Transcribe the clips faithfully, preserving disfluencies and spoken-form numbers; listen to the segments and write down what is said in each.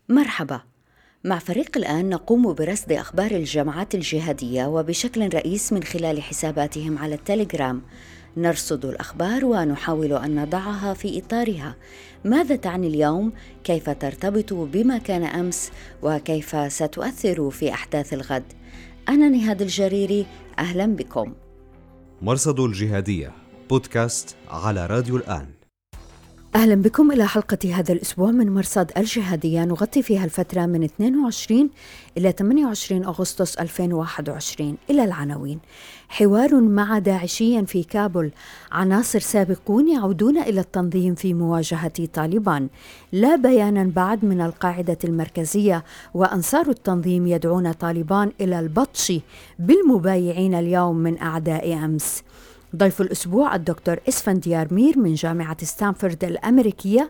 مرحبا. مع فريق الآن نقوم برصد أخبار الجماعات الجهادية وبشكل رئيس من خلال حساباتهم على التليجرام. نرصد الأخبار ونحاول أن نضعها في إطارها. ماذا تعني اليوم؟ كيف ترتبط بما كان أمس؟ وكيف ستؤثر في أحداث الغد؟ أنا نهاد الجريري، أهلا بكم. مرصد الجهادية بودكاست على راديو الآن. أهلا بكم إلى حلقة هذا الأسبوع من مرصد الجهادية، نغطي فيها الفترة من اثنين وعشرين إلى ثمانية وعشرين أغسطس ألفين وواحد وعشرين. إلى العناوين: حوار مع داعشي في كابول، عناصر سابقون يعودون إلى التنظيم في مواجهة طالبان، لا بيانا بعد من القاعدة المركزية، وأنصار التنظيم يدعون طالبان إلى البطش بالمبايعين اليوم من أعداء أمس. ضيف الأسبوع الدكتور إسفنديار مير من جامعة ستانفورد الأمريكية،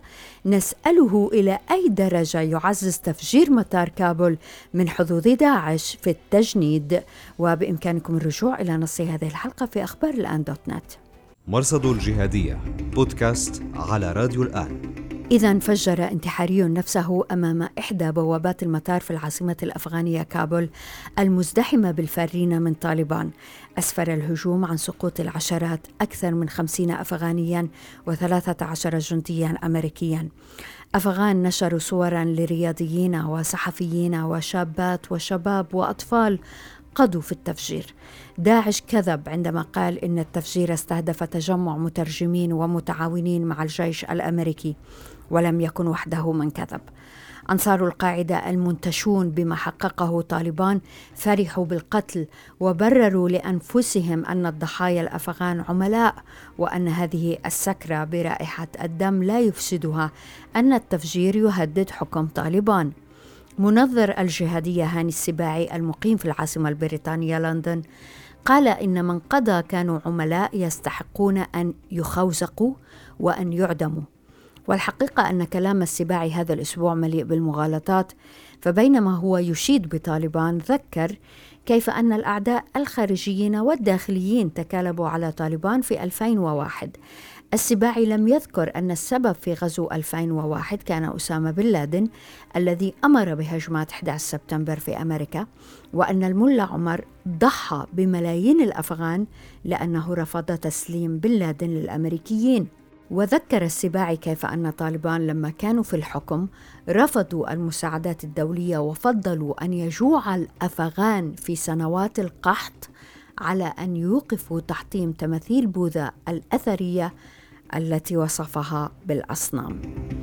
نسأله إلى أي درجة يعزز تفجير مطار كابول من حظوظ داعش في التجنيد. وبإمكانكم الرجوع إلى نص هذه الحلقة في أخبار الآن دوت نت. مرصد الجهادية بودكاست على راديو الآن. إذا فجر انتحاري نفسه أمام إحدى بوابات المطار في العاصمة الأفغانية كابول المزدحمة بالفارين من طالبان. أسفر الهجوم عن سقوط العشرات، أكثر من خمسين أفغانياً وثلاثة عشر جندياً أمريكياً. أفغان نشروا صوراً لرياضيين وصحفيين وشابات وشباب وأطفال قضوا في التفجير. داعش كذب عندما قال إن التفجير استهدف تجمع مترجمين ومتعاونين مع الجيش الأمريكي، ولم يكن وحده من كذب. أنصار القاعدة المنتشون بما حققه طالبان فرحوا بالقتل وبرروا لأنفسهم أن الضحايا الأفغان عملاء، وأن هذه السكرة برائحة الدم لا يفسدها، أن التفجير يهدد حكم طالبان. منظر الجهادية هاني السباعي المقيم في العاصمة البريطانية لندن قال إن من قضى كانوا عملاء يستحقون أن يخوزقوا وأن يعدموا. والحقيقة أن كلام السباعي هذا الأسبوع مليء بالمغالطات، فبينما هو يشيد بطالبان ذكر كيف أن الأعداء الخارجيين والداخليين تكالبوا على طالبان في ألفين وواحد. السباعي لم يذكر أن السبب في غزو ألفين وواحد كان أسامة بن لادن الذي أمر بهجمات أحد عشر سبتمبر في أمريكا، وأن الملا عمر ضحى بملايين الأفغان لأنه رفض تسليم بن لادن للأمريكيين. وذكر السباعي كيف أن طالبان لما كانوا في الحكم رفضوا المساعدات الدولية وفضلوا أن يجوع الأفغان في سنوات القحط على أن يوقفوا تحطيم تماثيل بوذا الأثرية التي وصفها بالأصنام.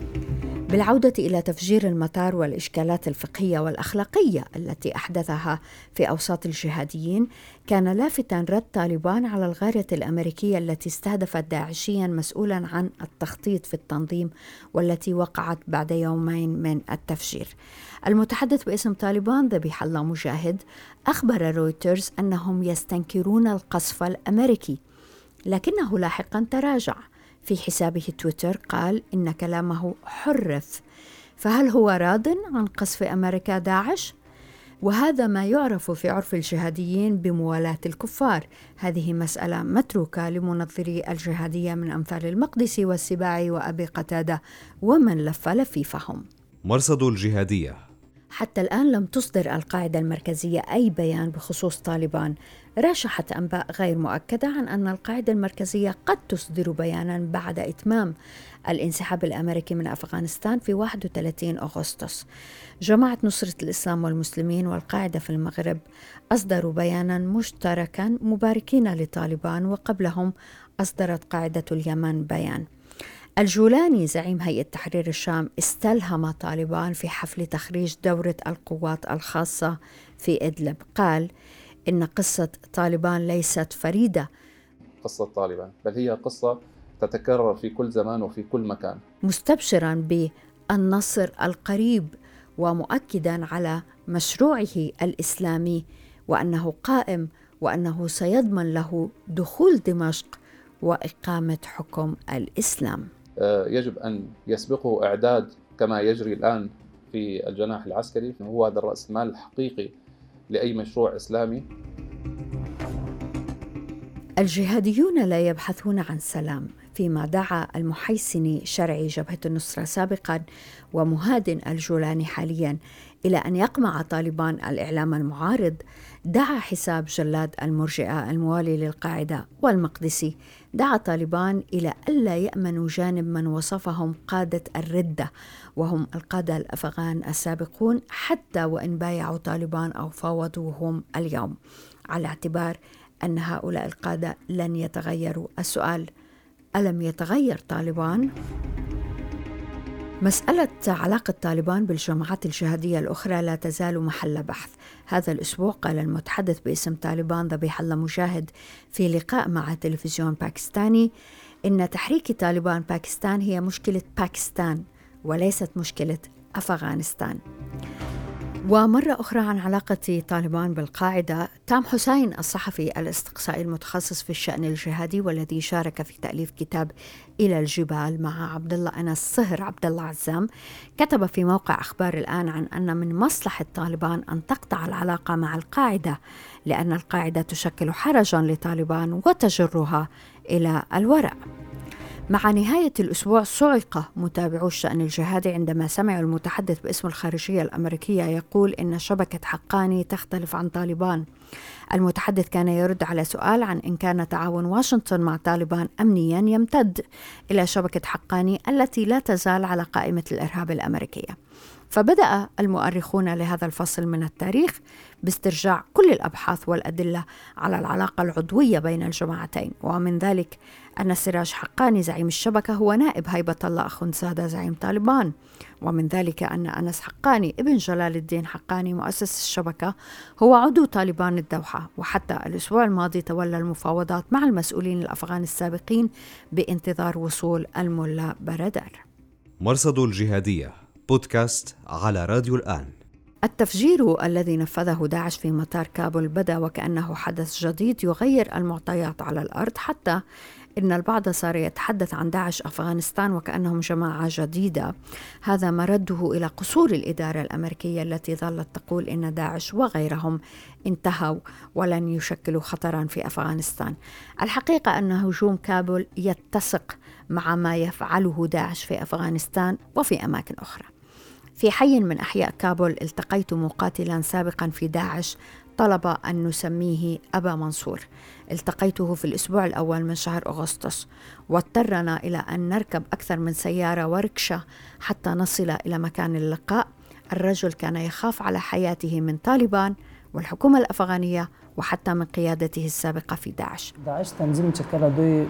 بالعودة إلى تفجير المطار والإشكالات الفقهية والأخلاقية التي أحدثها في أوساط الجهاديين، كان لافتاً رد طالبان على الغارة الأمريكية التي استهدفت داعشياً مسؤولاً عن التخطيط في التنظيم، والتي وقعت بعد يومين من التفجير. المتحدث باسم طالبان ذبيح الله مجاهد أخبر رويترز أنهم يستنكرون القصف الأمريكي، لكنه لاحقاً تراجع. في حسابه تويتر قال إن كلامه حرف، فهل هو راض عن قصف أمريكا داعش؟ وهذا ما يعرف في عرف الجهاديين بموالاة الكفار. هذه مسألة متروكة لمنظري الجهادية من أمثال المقدسي والسباعي وأبي قتادة ومن لف لفيفهم. مرصد الجهادية. حتى الآن لم تصدر القاعدة المركزية أي بيان بخصوص طالبان. راشحت أنباء غير مؤكدة عن أن القاعدة المركزية قد تصدر بيانا بعد إتمام الانسحاب الأمريكي من أفغانستان في واحد وثلاثين أغسطس. جماعة نصرة الإسلام والمسلمين والقاعدة في المغرب أصدروا بيانا مشتركا مباركين لطالبان، وقبلهم أصدرت قاعدة اليمن بيان. الجولاني زعيم هيئة تحرير الشام استلهم طالبان في حفل تخريج دورة القوات الخاصة في إدلب. قال إن قصة طالبان ليست فريدة قصة طالبان، بل هي قصة تتكرر في كل زمان وفي كل مكان، مستبشرا بالنصر القريب ومؤكدا على مشروعه الإسلامي وأنه قائم وأنه سيضمن له دخول دمشق وإقامة حكم الإسلام. يجب أن يسبقه إعداد كما يجري الآن في الجناح العسكري، هو هذا الرأس المال الحقيقي لأي مشروع إسلامي. الجهاديون لا يبحثون عن سلام، فيما دعا المحيسني شرعي جبهة النصرة سابقا ومهادن الجولاني حاليا إلى أن يقمع طالبان الإعلام المعارض، دعا حساب جلاد المرجئة الموالي للقاعدة والمقدسي دعا طالبان إلى ألا يأمنوا جانب من وصفهم قادة الردة، وهم القادة الأفغان السابقون، حتى وإن بايعوا طالبان أو فاوضوهم اليوم، على اعتبار أن هؤلاء القادة لن يتغيروا. السؤال: ألم يتغير طالبان؟ مسألة علاقة طالبان بالجماعات الجهادية الأخرى لا تزال محل بحث. هذا الأسبوع قال المتحدث باسم طالبان ذبيح الله مجاهد في لقاء مع تلفزيون باكستاني إن تحريك طالبان باكستان هي مشكلة باكستان وليست مشكلة أفغانستان. ومرة أخرى عن علاقة طالبان بالقاعدة، تام حسين الصحفي الاستقصائي المتخصص في الشأن الجهادي والذي شارك في تأليف كتاب إلى الجبال مع عبد الله أنس صهر عبد الله عزام، كتب في موقع أخبار الآن عن أن من مصلحة طالبان أن تقطع العلاقة مع القاعدة، لأن القاعدة تشكل حرجا لطالبان وتجرها إلى الوراء. مع نهاية الأسبوع صعق متابعو الشأن الجهادي عندما سمعوا المتحدث باسم الخارجية الأمريكية يقول إن شبكة حقاني تختلف عن طالبان. المتحدث كان يرد على سؤال عن إن كان تعاون واشنطن مع طالبان أمنيا يمتد إلى شبكة حقاني التي لا تزال على قائمة الإرهاب الأمريكية. فبدأ المؤرخون لهذا الفصل من التاريخ باسترجاع كل الأبحاث والأدلة على العلاقة العضوية بين الجماعتين، ومن ذلك أن سراج حقاني زعيم الشبكة هو نائب هيبة الله أخوندزادة زعيم طالبان، ومن ذلك أن أنس حقاني ابن جلال الدين حقاني مؤسس الشبكة هو عضو طالبان الدوحة، وحتى الأسبوع الماضي تولى المفاوضات مع المسؤولين الأفغان السابقين بانتظار وصول الملا بردار. مرصد الجهادية بودكاست على راديو الآن. التفجير الذي نفذه داعش في مطار كابول بدا وكأنه حدث جديد يغير المعطيات على الأرض، حتى إن البعض صار يتحدث عن داعش أفغانستان وكأنهم جماعة جديدة. هذا مرده إلى قصور الإدارة الأمريكية التي ظلت تقول إن داعش وغيرهم انتهوا ولن يشكلوا خطرا في أفغانستان. الحقيقة أن هجوم كابول يتسق مع ما يفعله داعش في أفغانستان وفي أماكن أخرى. في حي من أحياء كابول التقيت مقاتلا سابقا في داعش طلب أن نسميه أبا منصور. التقيته في الأسبوع الأول من شهر أغسطس، واضطرنا إلى أن نركب أكثر من سيارة وركشة حتى نصل إلى مكان اللقاء. الرجل كان يخاف على حياته من طالبان والحكومة الأفغانية وحتى من قيادته السابقة في داعش. داعش تنظيم تشكل دوي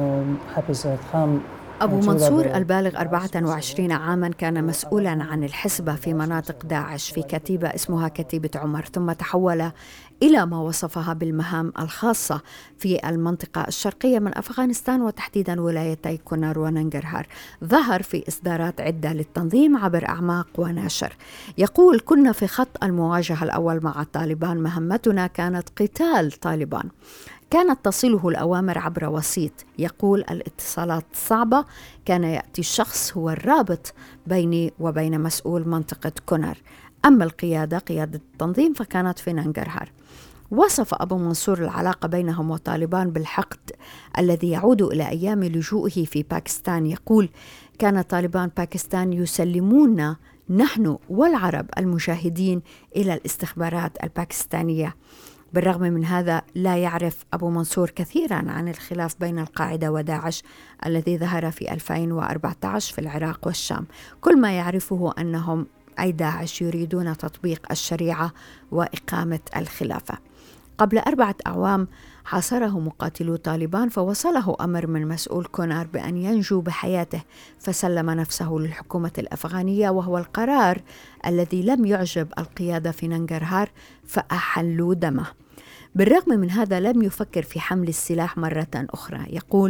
حبس خام. أبو منصور البالغ أربعة وعشرين عاما كان مسؤولا عن الحسبة في مناطق داعش في كتيبة اسمها كتيبة عمر، ثم تحول إلى ما وصفها بالمهام الخاصة في المنطقة الشرقية من أفغانستان وتحديدا ولايتي كونار وننجرهار. ظهر في إصدارات عدة للتنظيم عبر أعماق وناشر. يقول: كنا في خط المواجهة الأول مع الطالبان، مهمتنا كانت قتال طالبان، كانت تصله الأوامر عبر وسيط. يقول: الاتصالات صعبة، كان يأتي الشخص هو الرابط بيني وبين مسؤول منطقة كونر، أما القيادة قيادة التنظيم فكانت في ننجرهار. وصف أبو منصور العلاقة بينهم وطالبان بالحقد الذي يعود إلى أيام لجوئه في باكستان. يقول: كان طالبان باكستان يسلمون نحن والعرب المشاهدين إلى الاستخبارات الباكستانية. بالرغم من هذا لا يعرف أبو منصور كثيرا عن الخلاف بين القاعدة وداعش الذي ظهر في ألفين وأربعة عشر في العراق والشام. كل ما يعرفه أنهم أي داعش يريدون تطبيق الشريعة وإقامة الخلافة. قبل أربعة أعوام حاصره مقاتلو طالبان، فوصله أمر من مسؤول كونار بأن ينجو بحياته، فسلم نفسه للحكومة الأفغانية، وهو القرار الذي لم يعجب القيادة في ننجرهار فأحلوا دمه. بالرغم من هذا لم يفكر في حمل السلاح مرة أخرى. يقول: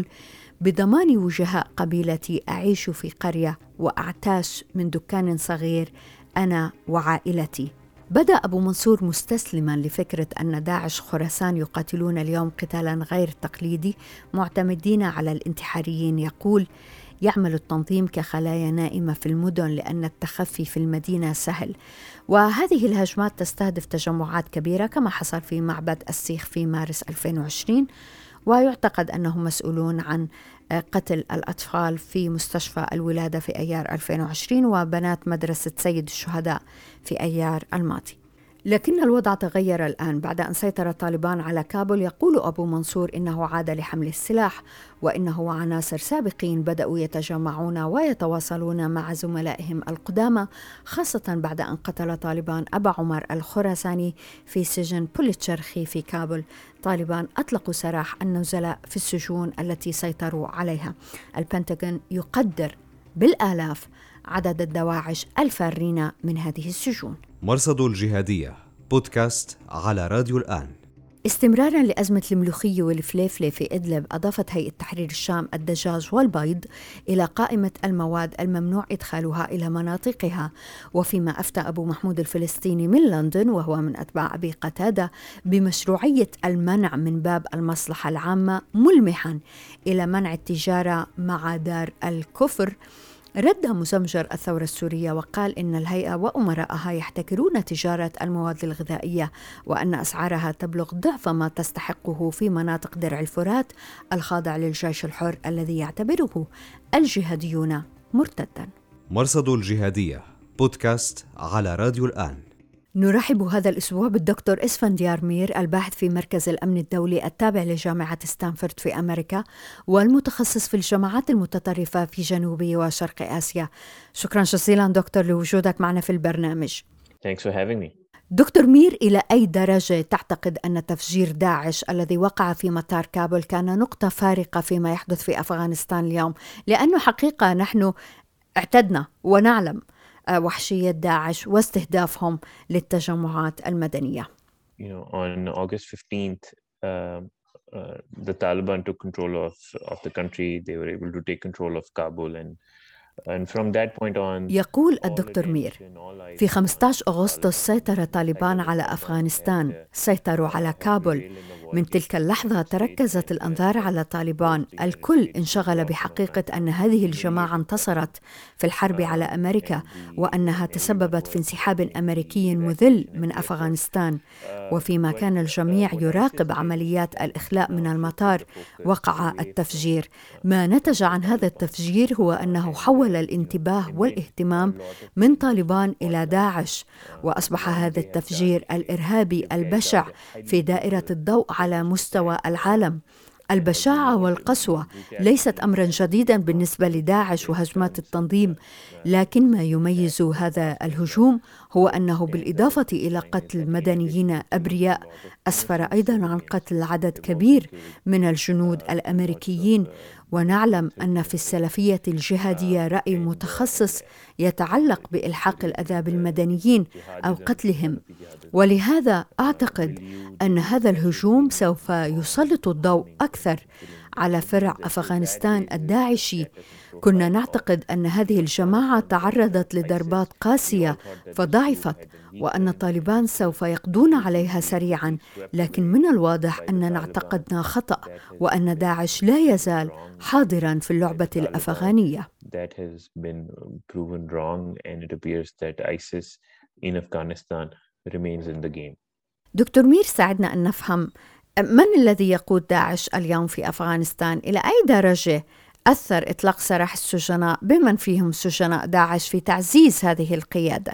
بضمان وجهاء قبيلتي أعيش في قرية وأعتاش من دكان صغير أنا وعائلتي. بدأ أبو منصور مستسلما لفكرة أن داعش خراسان يقاتلون اليوم قتالا غير تقليدي معتمدين على الانتحاريين. يقول: يعمل التنظيم كخلايا نائمة في المدن لأن التخفي في المدينة سهل، وهذه الهجمات تستهدف تجمعات كبيرة كما حصل في معبد السيخ في مارس ألفين وعشرين، ويعتقد أنهم مسؤولون عن قتل الأطفال في مستشفى الولادة في أيار ألفين وعشرين وبنات مدرسة سيد الشهداء في أيار الماضي. لكن الوضع تغير الآن بعد أن سيطر طالبان على كابول. يقول أبو منصور إنه عاد لحمل السلاح، وإنه وعناصر سابقين بدأوا يتجمعون ويتواصلون مع زملائهم القدامى، خاصة بعد أن قتل طالبان أبا عمر الخراساني في سجن بوليتشرخي في كابول. طالبان أطلقوا سراح النزلاء في السجون التي سيطروا عليها. البنتاغون يقدر بالآلاف عدد الدواعش الفارين من هذه السجون. مرصد الجهادية بودكاست على راديو الآن. استمراراً لأزمة الملوخية والفليفلة في إدلب، أضافت هيئة تحرير الشام الدجاج والبيض إلى قائمة المواد الممنوع إدخالها إلى مناطقها. وفيما أفتى أبو محمود الفلسطيني من لندن، وهو من أتباع أبي قتادة، بمشروعية المنع من باب المصلحة العامة، ملمحاً إلى منع التجارة مع دار الكفر، رد مزمجر الثورة السورية وقال إن الهيئة وأمراءها يحتكرون تجارة المواد الغذائية، وأن أسعارها تبلغ ضعف ما تستحقه في مناطق درع الفرات الخاضع للجيش الحر الذي يعتبره الجهاديون مرتدا. مرصد الجهادية بودكاست على راديو الآن. نرحب هذا الأسبوع بالدكتور إسفنديار مير، الباحث في مركز الأمن الدولي التابع لجامعة ستانفورد في أمريكا والمتخصص في الجماعات المتطرفة في جنوب وشرق آسيا. شكرا جزيلا دكتور لوجودك معنا في البرنامج. Thanks for having me. دكتور مير، إلى أي درجة تعتقد أن تفجير داعش الذي وقع في مطار كابول كان نقطة فارقة فيما يحدث في أفغانستان اليوم؟ لأنه حقيقة نحن اعتدنا ونعلم وحشية داعش واستهدافهم للتجمعات المدنية. You know, on August fifteenth, uh, uh, the Taliban took control of of the country. They were able to take control of Kabul, and and from that point on. يقول الدكتور مير: في خمسة عشر أغسطس سيطر طالبان على أفغانستان، سيطروا على كابول. من تلك اللحظة تركزت الأنظار على طالبان. الكل انشغل بحقيقة أن هذه الجماعة انتصرت في الحرب على أمريكا، وأنها تسببت في انسحاب أمريكي مذل من أفغانستان. وفيما كان الجميع يراقب عمليات الإخلاء من المطار، وقع التفجير. ما نتج عن هذا التفجير هو أنه حول الانتباه والاهتمام من طالبان إلى داعش، وأصبح هذا التفجير الإرهابي البشع في دائرة الضوء على مستوى العالم. البشاعة والقسوة ليست أمرا جديدا بالنسبة لداعش وهجمات التنظيم، لكن ما يميز هذا الهجوم هو أنه بالإضافة إلى قتل مدنيين أبرياء، أسفر أيضا عن قتل عدد كبير من الجنود الأمريكيين. ونعلم أن في السلفية الجهادية رأي متخصص يتعلق بإلحاق الأذى بالمدنيين أو قتلهم، ولهذا أعتقد أن هذا الهجوم سوف يسلط الضوء أكثر على فرع أفغانستان الداعشي. كنا نعتقد أن هذه الجماعة تعرضت لضربات قاسية فضعفت، وأن طالبان سوف يقضون عليها سريعا، لكن من الواضح أننا اعتقدنا خطأ، وأن داعش لا يزال حاضرا في اللعبة الأفغانية. That has been proven wrong, and it appears that ISIS in Afghanistan remains in the game. دكتور مير، ساعدنا أن نفهم من الذي يقود داعش اليوم في أفغانستان. إلى أي درجة أثر إطلاق سراح السجناء بمن فيهم سجناء داعش في تعزيز هذه القيادة؟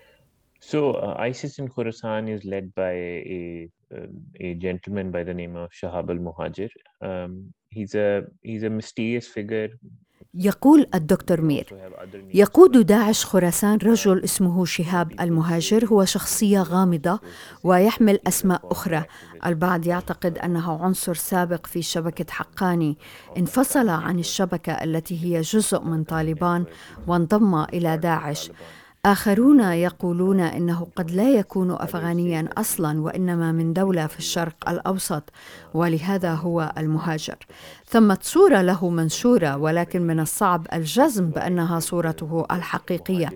So uh, ISIS in Khorasan is led by a uh, a gentleman by the name of Shahab al-Muhajir. Um, he's a he's a mysterious figure. يقول الدكتور مير: يقود داعش خراسان رجل اسمه شهاب المهاجر، هو شخصية غامضة ويحمل أسماء أخرى. البعض يعتقد أنه عنصر سابق في شبكة حقاني، انفصل عن الشبكة التي هي جزء من طالبان وانضم إلى داعش. آخرون يقولون إنه قد لا يكون أفغانياً أصلاً، وإنما من دولة في الشرق الأوسط، ولهذا هو المهاجر. ثمة صورة له منشورة، ولكن من الصعب الجزم بأنها صورته الحقيقية.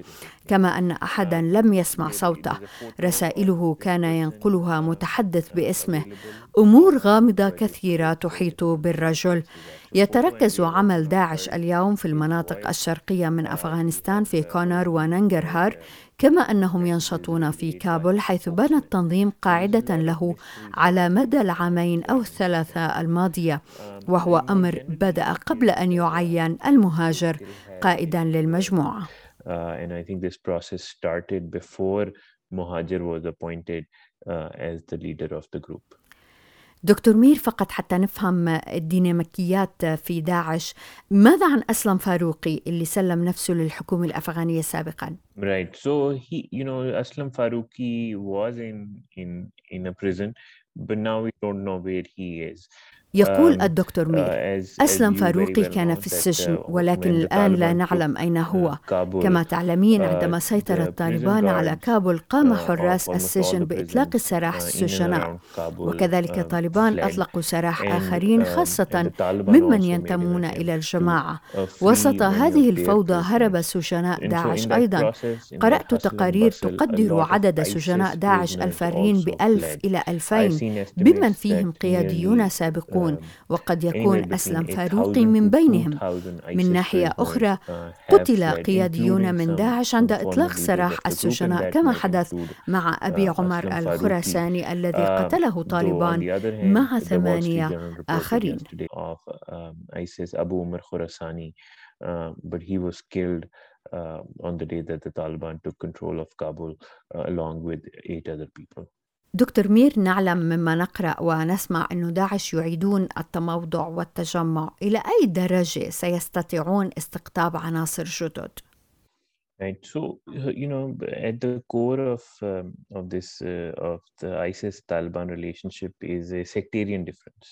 كما أن أحداً لم يسمع صوته. رسائله كان ينقلها متحدث باسمه. أمور غامضة كثيرة تحيط بالرجل. يتركز عمل داعش اليوم في المناطق الشرقية من أفغانستان في كونر وننجرهار، كما أنهم ينشطون في كابول، حيث بنى التنظيم قاعدة له على مدى العامين أو الثلاثة الماضية، وهو أمر بدأ قبل أن يعين المهاجر قائداً للمجموعة. Uh, and I think this process started before Muhajir was appointed uh, as the leader of the group. دكتور مير، فقط حتى نفهم الديناميكيات في داعش، ماذا عن أسلم فاروقي اللي سلم نفسه للحكومة الأفغانية سابقاً؟ Right. So he, you know, Aslam Faruqi was in in in a prison, but now we don't know where he is. يقول الدكتور مير: أسلم فاروقي كان في السجن، ولكن الآن لا نعلم أين هو. كما تعلمين، عندما سيطر الطالبان على كابول قام حراس السجن بإطلاق سراح السجناء، وكذلك الطالبان أطلقوا سراح آخرين، خاصة ممن ينتمون إلى الجماعة. وسط هذه الفوضى هرب سجناء داعش أيضا. قرأت تقارير تقدر عدد سجناء داعش الفارين بألف إلى ألفين، بمن فيهم قياديون سابقون، وقد يكون أسلم فاروقي من بينهم. من ناحية أخرى، قتل قياديون من داعش عند إطلاق سراح السجناء، كما حدث مع أبي عمر الخراساني الذي قتله طالبان مع ثمانية آخرين. Uh, on the day that the Taliban took control of Kabul, uh, along with eight other people. دكتور مير، نعلم مما نقرأ ونسمع أن داعش يعيدون التموضع والتجمع. إلى أي درجة سيستطيعون استقطاب عناصر جدد؟ Right. So, you know, at the core of um, of this uh, of the ISIS-Taliban relationship is a sectarian difference.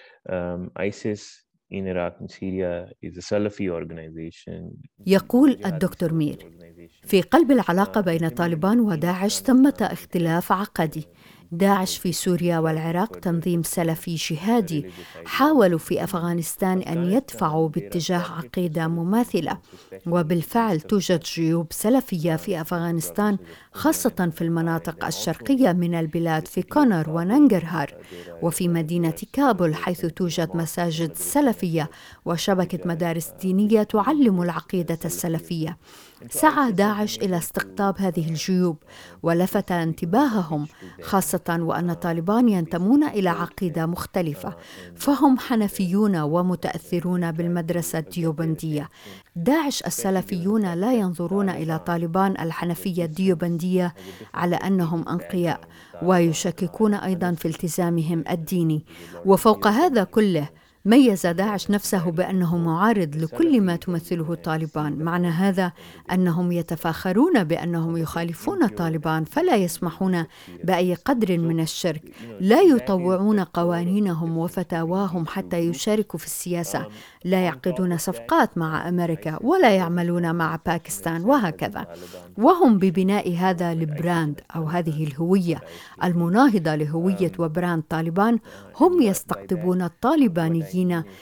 Um, ISIS in Iraq and Syria is a Salafi organization. يقول الدكتور مير: في قلب العلاقة بين طالبان وداعش ثمة اختلاف عقدي. داعش في سوريا والعراق تنظيم سلفي جهادي، حاولوا في أفغانستان أن يدفعوا باتجاه عقيدة مماثلة، وبالفعل توجد جيوب سلفية في أفغانستان، خاصة في المناطق الشرقية من البلاد في كونر وننجرهار، وفي مدينة كابول، حيث توجد مساجد سلفية وشبكة مدارس دينية تعلم العقيدة السلفية. سعى داعش إلى استقطاب هذه الجيوب ولفت انتباههم، خاصة وأن طالبان ينتمون إلى عقيدة مختلفة، فهم حنفيون ومتأثرون بالمدرسة الديوبندية. داعش السلفيون لا ينظرون إلى طالبان الحنفية الديوبندية على أنهم أنقياء، ويشككون أيضا في التزامهم الديني. وفوق هذا كله، ميز داعش نفسه بأنه معارض لكل ما تمثله طالبان. معنى هذا أنهم يتفاخرون بأنهم يخالفون طالبان، فلا يسمحون بأي قدر من الشرك، لا يطوعون قوانينهم وفتاواهم حتى يشاركوا في السياسة، لا يعقدون صفقات مع أمريكا ولا يعملون مع باكستان، وهكذا. وهم ببناء هذا البراند أو هذه الهوية المناهضة لهوية وبراند طالبان، هم يستقطبون الطالبانيين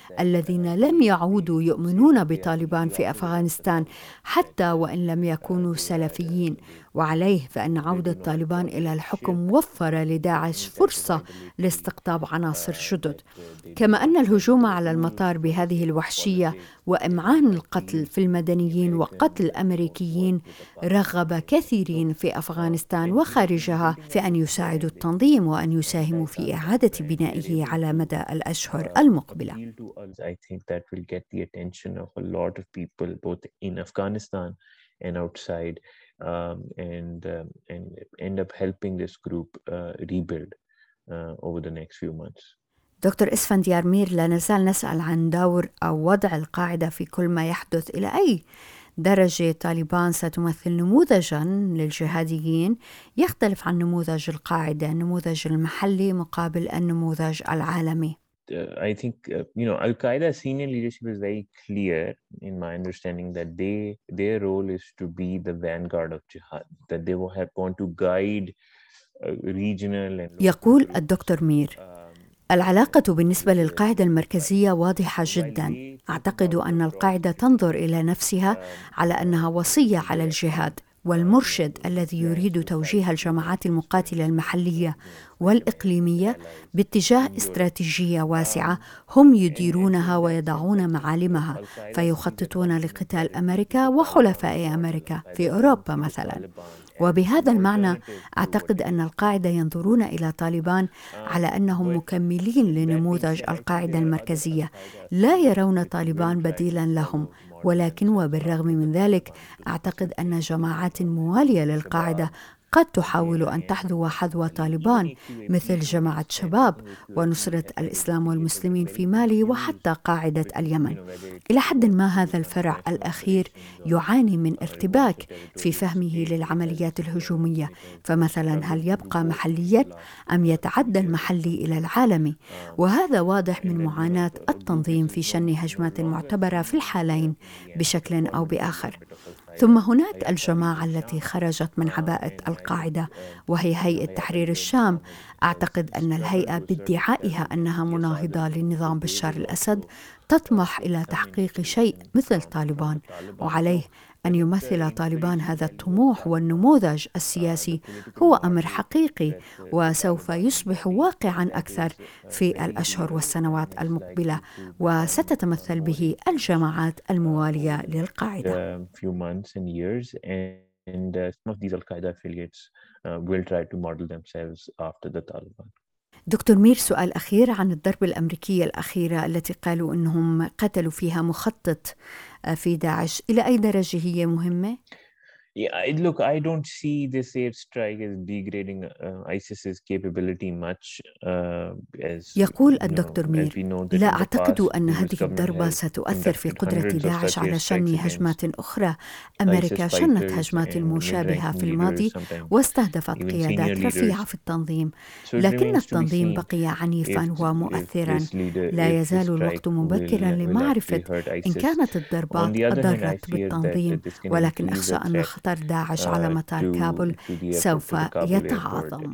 الذين لم يعودوا يؤمنون بطالبان في أفغانستان، حتى وإن لم يكونوا سلفيين. وعليه فإن عودة طالبان إلى الحكم وفر لداعش فرصة لاستقطاب عناصر جدد. كما أن الهجوم على المطار بهذه الوحشية وإمعان القتل في المدنيين وقتل أمريكيين رغب كثيرين في أفغانستان وخارجها في أن يساعدوا التنظيم وأن يساهموا في إعادة بنائه على مدى الأشهر المقبلة. I think that will get the attention of a lot of people both in Afghanistan and outside, um, and um, and end up helping this group uh, rebuild uh, over the next few months. دكتور إسفنديار مير، لا نزال نسأل عن دور أو وضع القاعدة في كل ما يحدث. إلى أي درجة طالبان ستمثل نموذجاً للجهاديين يختلف عن نموذج القاعدة، النموذج المحلي مقابل النموذج العالمي؟ Uh, I think uh, you know Al-Qaeda senior leadership is very clear in my understanding that they their role is to be the vanguard of jihad, that they will have want to guide uh, regional and يقول الدكتور مير: العلاقة بالنسبة للقاعدة المركزية واضحة جدا. أعتقد أن القاعدة تنظر إلى نفسها على أنها وصية على الجهاد، والمرشد الذي يريد توجيه الجماعات المقاتلة المحلية والإقليمية باتجاه استراتيجية واسعة هم يديرونها ويضعون معالمها، فيخططون لقتال أمريكا وحلفاء أمريكا في أوروبا مثلا. وبهذا المعنى أعتقد أن القاعدة ينظرون إلى طالبان على أنهم مكملين لنموذج القاعدة المركزية، لا يرون طالبان بديلا لهم. ولكن وبالرغم من ذلك أعتقد أن جماعات موالية للقاعدة قد تحاول أن تحذو حذو طالبان، مثل جماعة شباب ونصرة الإسلام والمسلمين في مالي وحتى قاعدة اليمن. إلى حد ما هذا الفرع الأخير يعاني من ارتباك في فهمه للعمليات الهجومية، فمثلا هل يبقى محليا أم يتعدى المحلي إلى العالمي؟ وهذا واضح من معاناة التنظيم في شن هجمات معتبرة في الحالين بشكل أو بآخر. ثم هناك الجماعة التي خرجت من عباءة القاعدة وهي هيئة تحرير الشام. أعتقد أن الهيئة بادعائها أنها مناهضة لنظام بشار الأسد تطمح إلى تحقيق شيء مثل طالبان، وعليه أن يمثل طالبان هذا الطموح، والنموذج السياسي هو أمر حقيقي وسوف يصبح واقعاً أكثر في الأشهر والسنوات المقبلة، وستتمثل به الجماعات الموالية للقاعدة. And uh, some of these Al-Qaeda affiliates uh, will try to model themselves after the Taliban. دكتور مير، سؤال أخير عن الضربة الأمريكية الأخيرة التي قالوا أنهم قتلوا فيها مخطط في داعش، إلى أي درجة هي مهمة؟ Yeah, look, I don't see this airstrike as degrading uh, ISIS's capability much. Uh, as, يقول you الدكتور know, مير: لا أعتقد أن هذه الضربة ستؤثر في قدرة داعش على شن هجمات أخرى. أمريكا شنت هجمات مشابهة في الماضي واستهدفت قيادات رفيعة في التنظيم، لكن التنظيم بقي عنيفا ومؤثرا. لا يزال الوقت مبكرا لمعرفة إن كانت الضربة ضرت بالتنظيم، ولكن أخشى أن خطر داعش على مطار كابول سوف يتعاظم.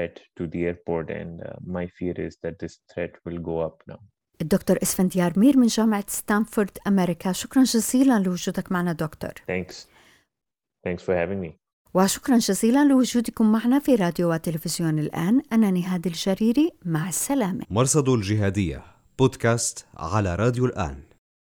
الدكتور اسفنديار مير من جامعة ستانفورد أمريكا، شكرا جزيلا لوجودك معنا دكتور. Thanks. Thanks for having me. وشكرا جزيلا لوجودكم معنا في راديو وتلفزيون الآن. أنا نهاد الجريري، مع السلامة. مرصد الجهادية بودكاست على راديو الآن.